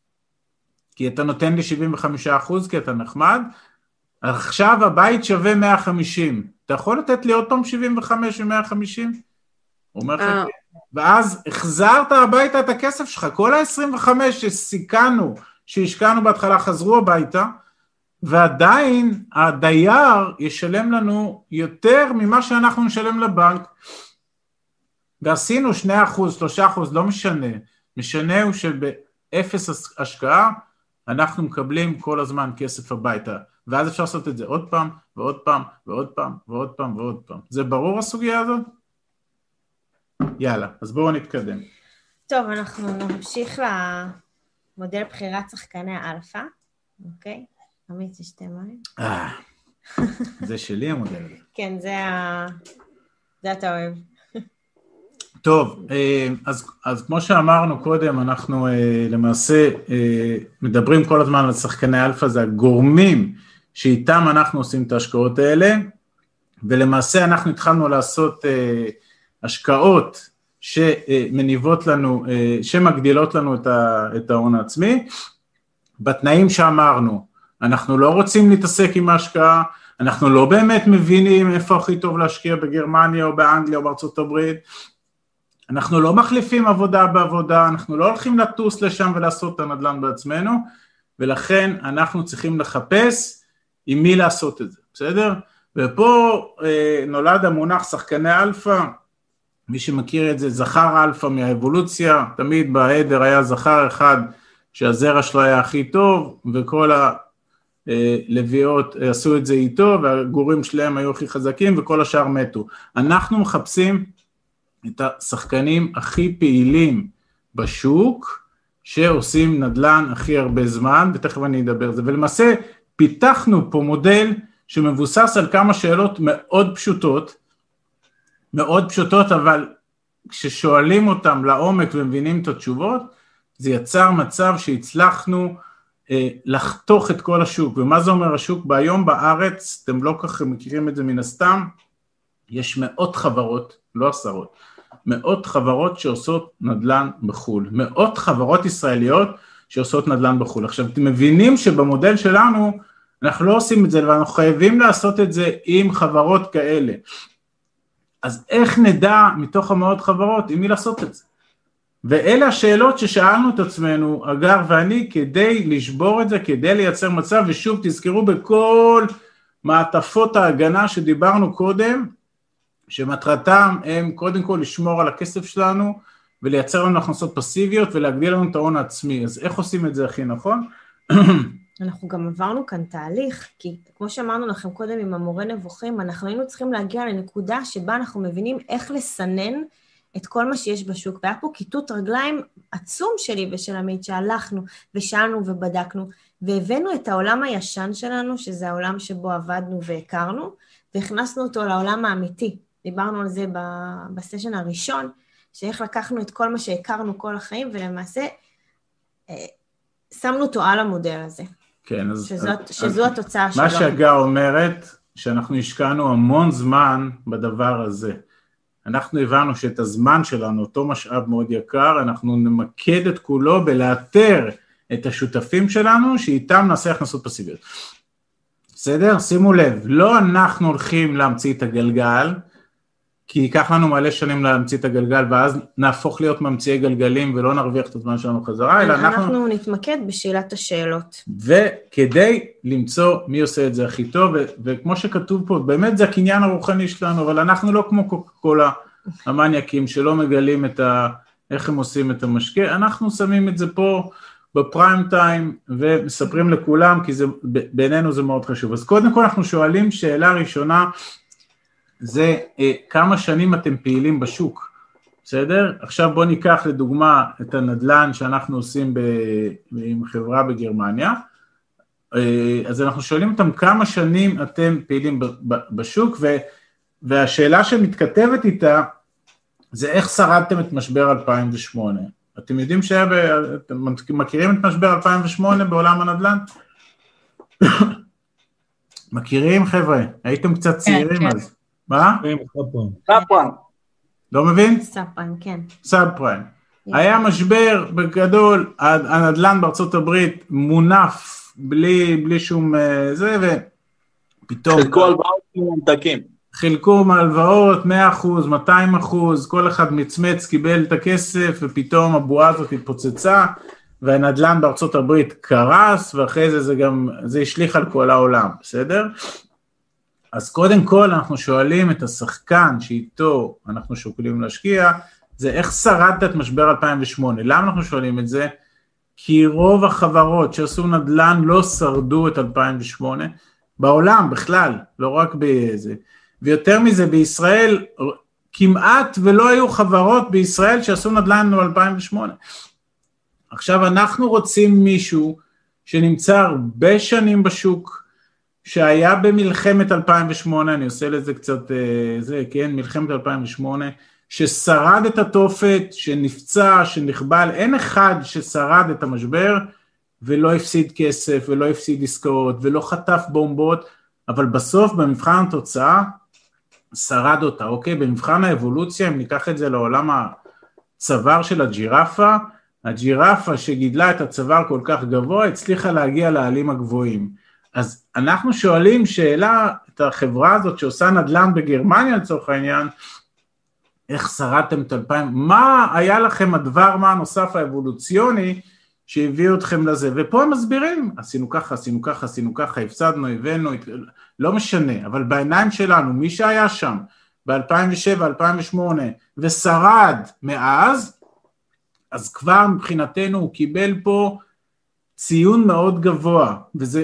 כי אתה נותן לי 75% כי אתה נחמד, עכשיו הבית שווה 150, אתה יכול לתת לי עוד פעם 75 ו-150? הוא אומר לך, ואז החזרת הביתה את הכסף שלך, כל ה-25 שהשקענו בהתחלה חזרו הביתה, ועדיין הדייר ישלם לנו יותר ממה שאנחנו נשלם לבנק, ועשינו 2%, 3%, לא משנה, משנה הוא שבאפס השקעה, אנחנו מקבלים כל הזמן כסף הביתה, ואז אפשר לעשות את זה עוד פעם, ועוד פעם, ועוד פעם, ועוד פעם, ועוד פעם. זה ברור הסוגיה הזאת? יאללה, אז בואו נתקדם. טוב, אנחנו נמשיך למודל בחירת שחקני האלפא, אוקיי? עמית, יש שתי מים. זה שלי המודל הזה. כן, זה אתה אוהב. טוב, אז כמו שאמרנו קודם, אנחנו למעשה מדברים כל הזמן על שחקני אלפא, זה הגורמים שאיתם אנחנו עושים את ההשקעות האלה, ולמעשה אנחנו התחלנו לעשות השקעות שמניבות לנו, שמגדילות לנו את ההון העצמי, בתנאים שאמרנו, אנחנו לא רוצים להתעסק עם ההשקעה, אנחנו לא באמת מבינים איפה הכי טוב להשקיע בגרמניה או באנגליה או בארצות הברית, אנחנו לא מחליפים עבודה בעבודה, אנחנו לא הולכים לטוס לשם ולעשות את הנדל"ן בעצמנו, ולכן אנחנו צריכים לחפש עם מי לעשות את זה, בסדר? ופה נולד המונח שחקני אלפא, מי שמכיר את זה, זכר אלפא מהאבולוציה, תמיד בעדר היה זכר אחד שהזרע שלו היה הכי טוב, וכל הלוויות עשו את זה איתו, והגורים שלהם היו הכי חזקים, וכל השאר מתו. אנחנו מחפשים את השחקנים הכי פעילים בשוק, שעושים נדל"ן הכי הרבה זמן, ותכף אני אדבר על זה, ולמעשה פיתחנו פה מודל שמבוסס על כמה שאלות מאוד פשוטות, אבל כששואלים אותם לעומק ומבינים את התשובות, זה יצר מצב שהצלחנו לחתוך את כל השוק. ומה זה אומר השוק? ביום בארץ, אתם לא ככה מכירים את זה מן הסתם, יש מאות חברות, לא עשרות, מאות חברות שעושות נדל"ן בחול, מאות חברות ישראליות שעושות נדל"ן בחול. עכשיו, אתם מבינים שבמודל שלנו, אנחנו לא עושים את זה, ואנחנו חייבים לעשות את זה עם חברות כאלה. אז איך נדע מתוך המאות חברות עם מי לעשות את זה? ואלה השאלות ששאלנו את עצמנו, אגר ואני, כדי לשבור את זה, כדי לייצר מצב, ושוב תזכרו בכל מעטפות ההגנה שדיברנו קודם, שמטרתם הם קודם כל לשמור על הכסף שלנו, ולייצר לנו הכנסות פסיביות, ולהגדיל לנו את ההון העצמי. אז איך עושים את זה הכי נכון? אנחנו גם עברנו כאן תהליך, כי כמו שאמרנו לכם קודם עם המורה נבוכים, אנחנו היינו צריכים להגיע לנקודה שבה אנחנו מבינים איך לסנן את כל מה שיש בשוק, והיה פה כיתות רגליים עצום שלי ושל עמית, שהלכנו ושאלנו ובדקנו, והבאנו את העולם הישן שלנו, שזה העולם שבו עבדנו והכרנו, והכנסנו אותו לעולם האמיתי. דיברנו על זה בסשן הראשון, שאיך לקחנו את כל מה שהכרנו כל החיים, ולמעשה שמנו אותו על המודל הזה. כן, אז שזו התוצאה שלו. מה שהגר אומרת, שאנחנו השקענו המון זמן בדבר הזה. אנחנו הבנו שאת הזמן שלנו, אותו משאב מאוד יקר, אנחנו נמקד את כולו בלאתר את השותפים שלנו, שאיתם נעשה הכנסות פסיביות. בסדר? שימו לב, לא אנחנו הולכים להמציא את הגלגל, כי ייקח לנו מלא שנים להמציא את הגלגל, ואז נהפוך להיות ממציאי גלגלים, ולא נרוויח את הזמן שלנו חזרה, אלא אנחנו נתמקד בשאלת השאלות. וכדי למצוא מי עושה את זה הכי טוב, וכמו שכתוב פה, באמת זה הקניין הרוחני שלנו, אבל אנחנו לא כמו קוקה-קולה המניאקים, שלא מגלים איך הם עושים את המשקה, אנחנו שמים את זה פה בפריים טיים, ומספרים לכולם, כי בינינו זה מאוד חשוב. אז קודם כל אנחנו שואלים שאלה ראשונה, זה כמה שנים אתם פעילים בשוק, בסדר? עכשיו בוא ניקח לדוגמה את הנדל"ן שאנחנו עושים עם חברה בגרמניה, אז אנחנו שואלים אותם כמה שנים אתם פעילים בשוק, והשאלה שמתכתבת איתה, זה איך שרדתם את משבר 2008. אתם יודעים אתם מכירים את משבר 2008 בעולם הנדל"ן? מכירים חבר'ה? הייתם קצת צעירים אז. מה? סאב-פריים. לא מבין? סאב-פריים, כן. סאב-פריים. היה משבר בגדול, הנדל"ן בארצות הברית מונף בלי שום זה, ופתאום... חלקו הלוואות מומתקים. חילקו מהלוואות, 100%, 200%, כל אחד מצמץ, קיבל את הכסף, ופתאום הבועה הזאת התפוצצה, והנדל"ן בארצות הברית קרס, ואחרי זה השליך על כל העולם, בסדר? אז קודם כל אנחנו שואלים את השחקן שאיתו אנחנו שוקלים להשקיע, זה איך שרדת את משבר 2008, למה אנחנו שואלים את זה? כי רוב החברות שעשו נדל"ן לא שרדו את 2008, בעולם בכלל, לא רק בזה, ויותר מזה בישראל, כמעט ולא היו חברות בישראל שעשו נדל"ן ב-2008. עכשיו אנחנו רוצים מישהו שנמצא הרבה שנים בשוק, שהיה במלחמת 2008, אני עושה לזה קצת, כן, מלחמת 2008, ששרד את התופת, שנפצע, שנחבל, אין אחד ששרד את המשבר, ולא הפסיד כסף, ולא הפסיד עסקאות, ולא חטף בומבות, אבל בסוף במבחן התוצאה, שרד אותה, אוקיי? במבחן האבולוציה, אם ניקח את זה לעולם הצוואר של הג'ירפה, הג'ירפה שגידלה את הצוואר כל כך גבוה, הצליחה להגיע לעלים הגבוהים. אז אנחנו שואלים שאלה, את החברה הזאת שעושה נדל"ן בגרמניה לצורך העניין, איך שרדתם את 2000, מה היה לכם הדבר מה הנוסף האבולוציוני שהביא אתכם לזה, ופה הם מסבירים, עשינו ככה, הפסדנו, הבאנו, לא משנה, אבל בעיניים שלנו, מי שהיה שם ב-2007, 2008, ושרד מאז, אז כבר מבחינתנו הוא קיבל פה ציון מאוד גבוה,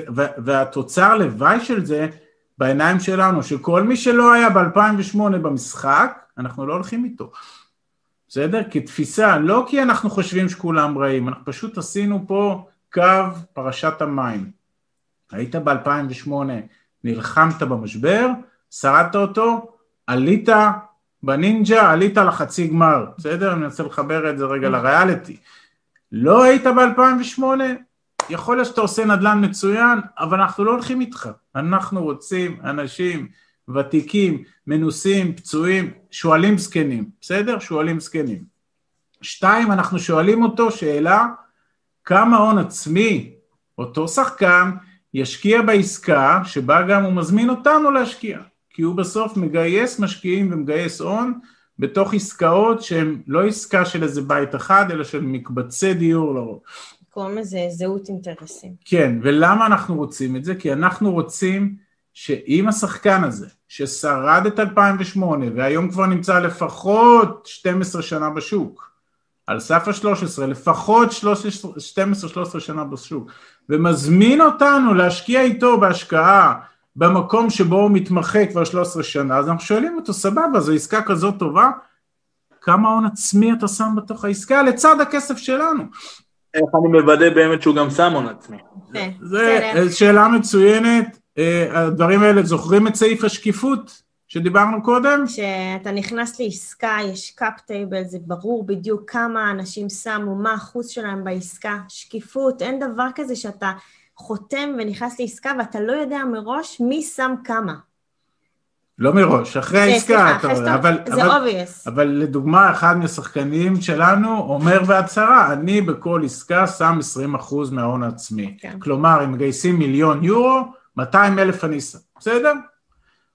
והתוצר לוואי של זה, בעיניים שלנו, שכל מי שלא היה ב-2008 במשחק, אנחנו לא הולכים איתו. בסדר? כתפיסה, לא כי אנחנו חושבים שכולם רעים, אנחנו פשוט עשינו פה קו פרשת המים. היית ב-2008, נלחמת במשבר, שרדת אותו, עלית בנינג'ה, עלית לחצי גמר. בסדר? אני רוצה לחבר את זה רגע לריאליטי. לא היית ב-2008, יכול להיות שאתה עושה נדל"ן מצוין, אבל אנחנו לא הולכים איתך. אנחנו רוצים אנשים ותיקים, מנוסים, פצועים, שואלים זקנים, בסדר? שואלים זקנים. 2, אנחנו שואלים אותו שאלה, כמה הון עצמי אותו שחקן ישקיע בעסקה, שבה גם הוא מזמין אותנו להשקיע, כי הוא בסוף מגייס משקיעים ומגייס הון, בתוך עסקאות שהן לא עסקה של איזה בית אחד, אלא של מקבצי דיור לרוב. קוראים לזה זהות אינטרסים. כן, ולמה אנחנו רוצים את זה? כי אנחנו רוצים שאם השחקן הזה, ששרד את 2008, והיום כבר נמצא לפחות 12 שנה בשוק, על סף ה-13, לפחות 12-13 שנה בשוק, ומזמין אותנו להשקיע איתו בהשקעה, במקום שבו הוא מתמחה כבר 13 שנה, אז אנחנו שואלים אותו, סבבה, זו עסקה כזאת טובה, כמה הון עצמי אתה שם בתוך העסקה, לצד הכסף שלנו. איך אני מוודא באמת שהוא גם שם הון עצמי? זו שאלה מצוינת, הדברים האלה, זוכרים את סעיף השקיפות שדיברנו קודם? כשאתה נכנס לעסקה, יש קאפ טייבל, זה ברור בדיוק כמה אנשים שמו, מה האחוז שלהם בעסקה, שקיפות, אין דבר כזה שאתה חותם ונכנס לעסקה ואתה לא יודע מראש מי שם כמה. לא מראש, אחרי העסקה, זה obvious. אבל לדוגמה, אחד מהשחקנים שלנו אומר בהצהרה, אני בכל עסקה שם 20% מההון העצמי. כלומר, אם מגייסים 1,000,000 יורו, 200,000 אני שם, בסדר?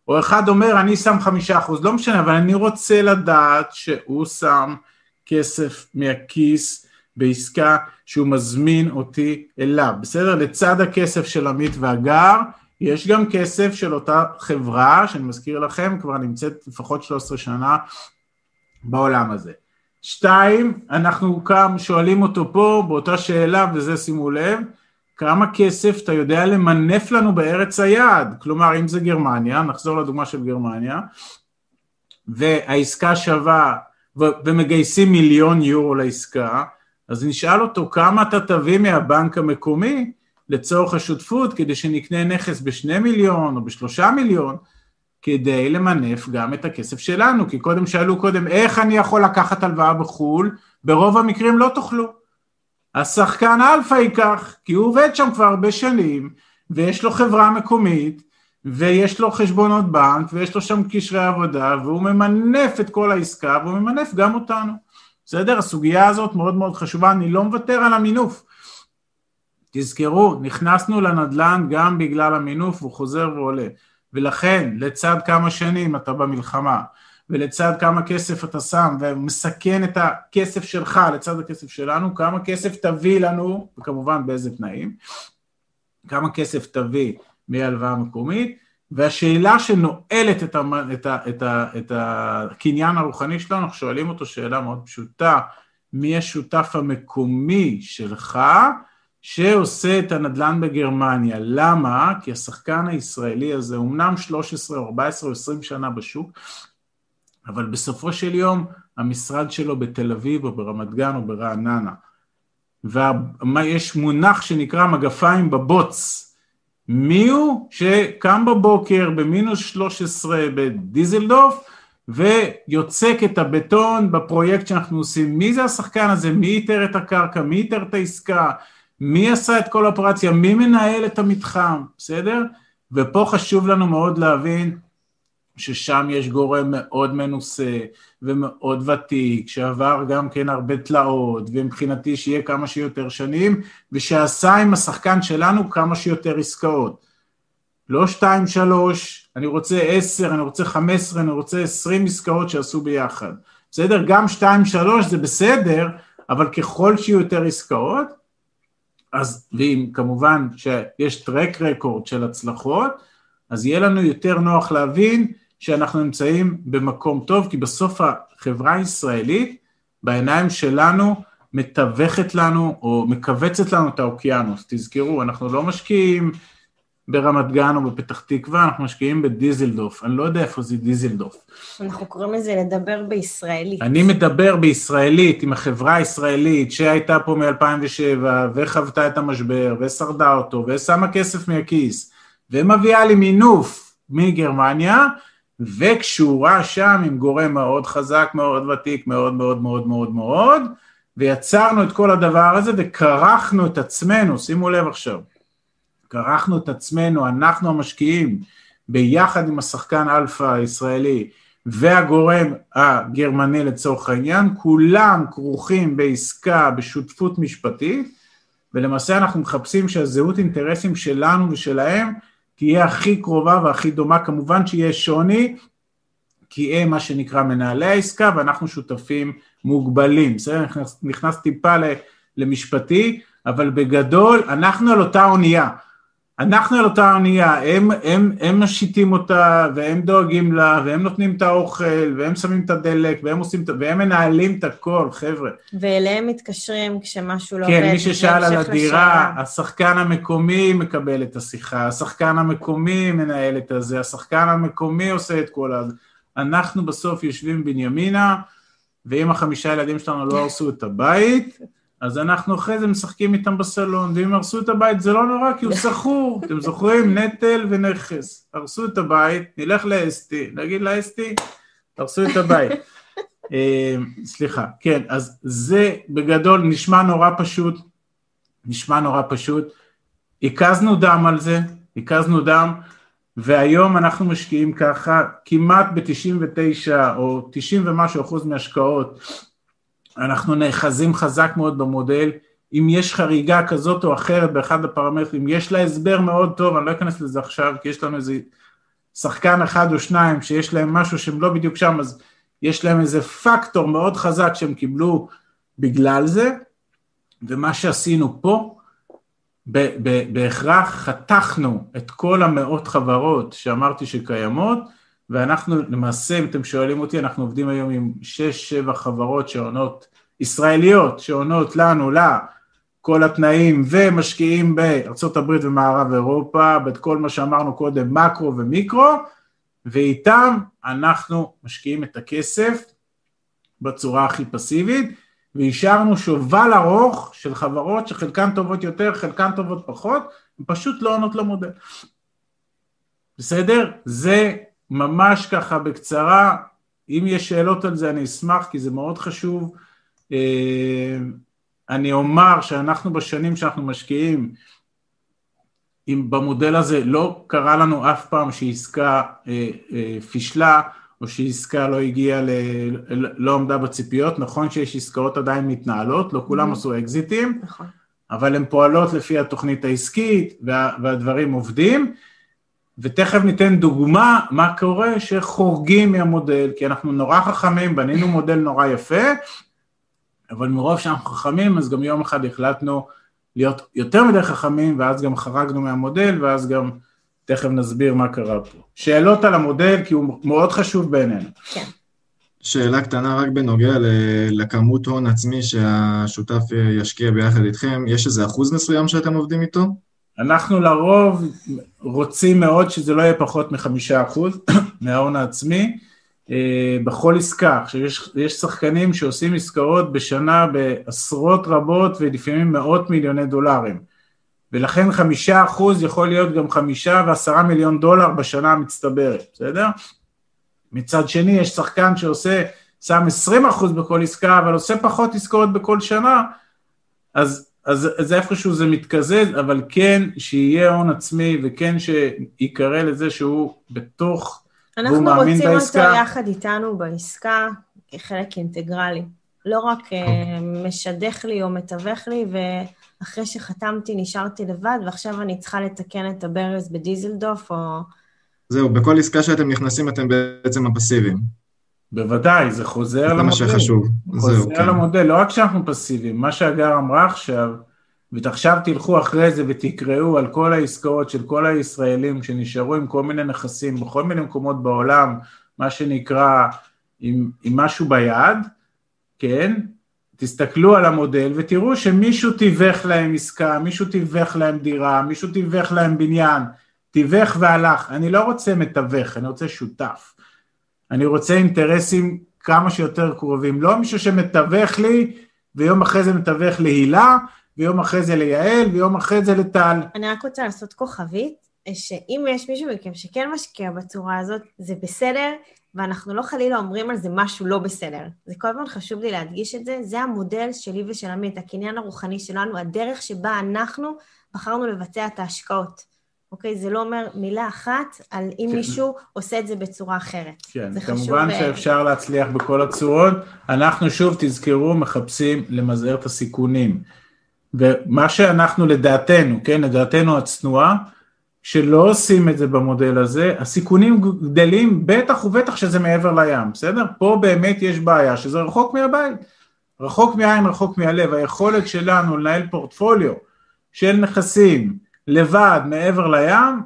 או אחד אומר, אני שם 5%, לא משנה, אבל אני רוצה לדעת שהוא שם כסף מהכיס בעסקה שהוא מזמין אותי אליו, בסדר? לצד הכסף של עמית והגר, יש גם כסף של אותה חברה, שאני מזכיר לכם, כבר נמצאת לפחות 13 שנה בעולם הזה. 2, אנחנו שואלים אותו פה, באותה שאלה, וזה שימו לב, כמה כסף אתה יודע למנף לנו בארץ היעד, כלומר אם זה גרמניה, נחזור לדוגמה של גרמניה, והעסקה שווה, ומגייסים 1,000,000 יורו לעסקה, אז נשאל אותו כמה אתה תביא מהבנק המקומי, לצורך השותפות, כדי שנקנה נכס ב2 מיליון או ב3 מיליון, כדי למנף גם את הכסף שלנו, כי קודם שאלו קודם, איך אני יכול לקחת הלוואה בחול, ברוב המקרים לא תוכלו. השחקן אלפא ייקח, כי הוא עובד שם כבר הרבה שנים, ויש לו חברה מקומית, ויש לו חשבונות בנק, ויש לו שם קשרי עבודה, והוא ממנף את כל העסקה, והוא ממנף גם אותנו. בסדר? הסוגיה הזאת מאוד מאוד חשובה, אני לא מוותר על המינוף. תזכרו, נכנסנו לנדל"ן גם בגלל המינוף, הוא חוזר ועולה. ולכן, לצד כמה שנים אתה במלחמה, ולצד כמה כסף אתה שם, ומסכן את הכסף שלך לצד הכסף שלנו, כמה כסף תביא לנו, וכמובן באיזה תנאים, כמה כסף תביא מהלוואה מקומית, והשאלה שנועלת את הקניין הרוחני שלנו, אנחנו שואלים אותו שאלה מאוד פשוטה, מי השותף המקומי שלך, שעושה את הנדל"ן בגרמניה? למה? כי השחקן הישראלי הזה, אומנם 13, 14 או 20 שנה בשוק, אבל בסופו של יום, המשרד שלו בתל אביב או ברמת גן או ברעננה, ויש מונח שנקרא מגפיים בבוץ, מי הוא שקם בבוקר במינוס 13 בדיזלדורף, ויוצק את הבטון בפרויקט שאנחנו עושים, מי זה השחקן הזה, מי ייתר את הקרקע, מי ייתר את העסקה, מי עשה את כל האופרציה, מי מנהל את המתחם, בסדר? ופה חשוב לנו מאוד להבין, ששם יש גורם מאוד מנוסה ומאוד ותיק, שעבר גם כן הרבה תלאות, ומבחינתי שיהיה כמה שיותר שנים, ושעשה עם השחקן שלנו כמה שיותר עסקאות. לא 2, 3, אני רוצה 10, אני רוצה 15, אני רוצה 20 עסקאות שעשו ביחד. בסדר? גם 2, 3 זה בסדר, אבל ככל שיהיו יותר עסקאות, אז, ואם כמובן שיש טרק רקורד של הצלחות, אז יהיה לנו יותר נוח להבין שאנחנו נמצאים במקום טוב, כי בסוף החברה הישראלית, בעיניים שלנו, מתווכת לנו, או מקבצת לנו את האוקיינוס. תזכרו, אנחנו לא משקיעים ברמת גן או בפתח תקווה, אנחנו משקיעים בדיזלדורף. אני לא יודע איפה זה דיזלדורף. אנחנו קוראים לזה לדבר בישראלית. אני מדבר בישראלית, עם החברה הישראלית, שהייתה פה מ-2007, וחוותה את המשבר, ושרדה אותו, ושמה כסף מהכיס, ומביאה לי מינוף מגרמניה, וקשורה שם עם גורם מאוד חזק, מאוד ותיק, מאוד מאוד מאוד מאוד מאוד, ויצרנו את כל הדבר הזה, וקרחנו את עצמנו, שימו לב עכשיו, קרחנו את עצמנו, אנחנו המשקיעים, ביחד עם השחקן אלפא הישראלי, והגורם הגרמני לצורך העניין, כולם כרוכים בעסקה, בשותפות משפטית, ולמעשה אנחנו מחפשים שהזהות אינטרסים שלנו ושלהם, תהיה הכי קרובה והכי דומה, כמובן שיהיה שוני, כי הם מה שנקרא מנהלי העסקה, ואנחנו שותפים מוגבלים, בסדר? נכנס טיפה למשפטי, אבל בגדול, אנחנו על אותה אונייה, הם משיתים אותה, והם דואגים לה, והם נותנים את האוכל, והם שמים את הדלק, והם מנהלים את הכל, חבר'ה. ואליהם מתקשרים כשמשהו לא כן, עובד. מי ששאל על הדירה, השחקן המקומי מקבל את השיחה, השחקן המקומי מנהל את הזה, השחקן המקומי עושה את כל הזה. אנחנו בסוף יושבים בנימינה, ואם 5 ילדים שלנו לא הרסו את הבית, אז אנחנו אחרי זה משחקים איתם בסלון, ואם הרסו את הבית זה לא נורא, כי הוא סחור, אתם זוכרים? נטל ונכס. הרסו את הבית, נלך לאסתי, נגיד לאסתי, הרסו את הבית. סליחה, כן, אז זה בגדול נשמע נורא פשוט, הקזנו דם על זה, והיום אנחנו משקיעים ככה, כמעט ב-99 או 90 ומשהו אחוז מהשקעות, אנחנו נאחזים חזק מאוד במודל, אם יש חריגה כזאת או אחרת באחד הפרמטרים, יש לה הסבר מאוד טוב, אני לא אכנס לזה עכשיו, כי יש לנו איזה שחקן אחד או שניים שיש להם משהו שהם לא בדיוק שם, אז יש להם איזה פקטור מאוד חזק שהם קיבלו בגלל זה, ומה שעשינו פה, בהכרח חתכנו את כל המאות חברות שאמרתי שקיימות, ואנחנו למעשה, אם אתם שואלים אותי, אנחנו עובדים היום עם 6-7 חברות שעונות, ישראליות שעונות לנו, כל התנאים ומשקיעים בארצות הברית ומערב אירופה, באת כל מה שאמרנו קודם, מקרו ומיקרו, ואיתם אנחנו משקיעים את הכסף בצורה הכי פסיבית, והשארנו שובל ארוך של חברות שחלקן טובות יותר, חלקן טובות פחות, פשוט לא עונות למודל. בסדר? זה ממש ככה בקצרה, אם יש שאלות על זה אני אשמח, כי זה מאוד חשוב. אני אומר שאנחנו בשנים שאנחנו משקיעים, אם במודל הזה לא קרה לנו אף פעם שעסקה פישלה, או שעסקה לא הגיעה, לא עמדה בציפיות, נכון שיש עסקאות עדיין מתנהלות, לא כולם עשו אקזיטים, אבל הן פועלות לפי התוכנית העסקית, והדברים עובדים, ותכף ניתן דוגמה מה קורה שחורגים מהמודל, כי אנחנו נורא חכמים, בנינו מודל נורא יפה, אבל מרוב שאנחנו חכמים, אז גם יום אחד החלטנו להיות יותר מדי חכמים, ואז גם חרגנו מהמודל, ואז גם תכף נסביר מה קרה פה. שאלות על המודל, כי הוא מאוד חשוב בעינינו. כן. שאלה קטנה רק בנוגע לכמות הון עצמי שהשותף ישקיע ביחד איתכם, יש איזה אחוז מסוים שאתם עובדים איתו? אנחנו לרוב רוצים מאוד שזה לא יהיה פחות מ5% מההון העצמי, בכל עסקה. עכשיו יש שחקנים שעושים עסקאות בשנה בעשרות רבות ולפעמים מאות מיליוני דולרים, ולכן 5% יכול להיות גם 5 ו10 מיליון דולר בשנה המצטברת, בסדר? מצד שני יש שחקן שעושה, שם 20% בכל עסקה, אבל עושה פחות עסקאות בכל שנה, אז איפשהו זה מתקזז, אבל כן שיהיה הון עצמי, וכן שיקרא לזה שהוא בתוך, והוא מאמין בעסקה. אנחנו רוצים אותו יחד איתנו בעסקה, כחלק אינטגרלי. לא רק משדך לי או מתווך לי, ואחרי שחתמתי נשארתי לבד, ועכשיו אני צריכה לתקן את הברז בדיזלדוף, או... זהו, בכל עסקה שאתם נכנסים אתם בעצם הפסיביים. בוודאי, זה חוזר למודל. זה מה שחשוב. חוזר למודל, לא רק שאנחנו פסיביים, מה שהגר אמרה עכשיו, ועכשיו תלכו אחרי זה ותקראו על כל העסקאות של כל הישראלים שנשארו עם כל מיני נכסים, בכל מיני מקומות בעולם, מה שנקרא עם משהו ביד, כן? תסתכלו על המודל ותראו שמישהו תיווך להם עסקה, מישהו תיווך להם דירה, מישהו תיווך להם בניין, תיווך והלך. אני לא רוצה מתווך, אני רוצה שותף. אני רוצה אינטרסים כמה שיותר קרובים, לא מישהו שמתווך לי, ויום אחרי זה מתווך להילה, ויום אחרי זה ליעל, ויום אחרי זה לטל. אני רק רוצה לעשות כוכבית, שאם יש מישהו מכם שכן משקיע בצורה הזאת, זה בסדר, ואנחנו לא חלילה אומרים על זה משהו לא בסדר. זה כל הזמן חשוב לי להדגיש את זה, זה המודל שלי ושל עמית, הקניין הרוחני שלנו, הדרך שבה אנחנו בחרנו לבצע את ההשקעות. אוקיי, זה לא אומר מילה אחת על אם מישהו עושה את זה בצורה אחרת. כן, כמובן שאפשר להצליח בכל הצורות. אנחנו שוב, תזכרו, מחפשים למזער את הסיכונים. ומה שאנחנו לדעתנו, כן, לדעתנו הצנועה, שלא עושים את זה במודל הזה, הסיכונים גדלים בטח ובטח שזה מעבר לים, בסדר? פה באמת יש בעיה, שזה רחוק מהבית. רחוק מהעין, רחוק מהלב. היכולת שלנו לנהל פורטפוליו של נכסים, לבד, מעבר לים,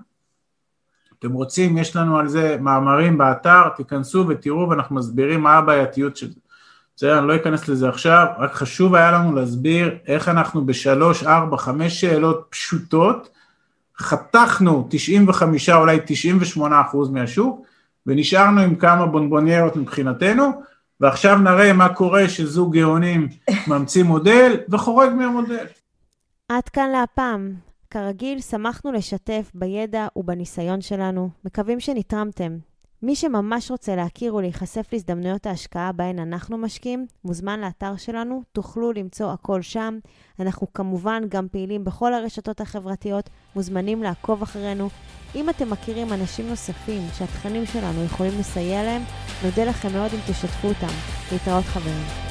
אתם רוצים, יש לנו על זה מאמרים באתר, תיכנסו ותראו, ואנחנו מסבירים מה הבעייתיות של זה. בסדר, אני לא אכנס לזה עכשיו, רק חשוב היה לנו להסביר איך אנחנו ב3, 4, 5 שאלות פשוטות, חתכנו 95, אולי 98% מהשוק, ונשארנו עם כמה בונבוניירות מבחינתנו, ועכשיו נראה מה קורה שזוג גאונים ממציא מודל, וחורג מהמודל. עד כאן להפעם. כרגיל, שמחנו לשתף בידע ובניסיון שלנו, מקווים שנתרמתם. מי שממש רוצה להכיר ולהיחשף להזדמנויות ההשקעה בהן אנחנו משקיעים, מוזמן לאתר שלנו, תוכלו למצוא הכל שם. אנחנו כמובן גם פעילים בכל הרשתות החברתיות, מוזמנים לעקוב אחרינו. אם אתם מכירים אנשים נוספים שהתכנים שלנו יכולים לסייע להם, נודה לכם מאוד אם תשתפו אותם. להתראות חברים.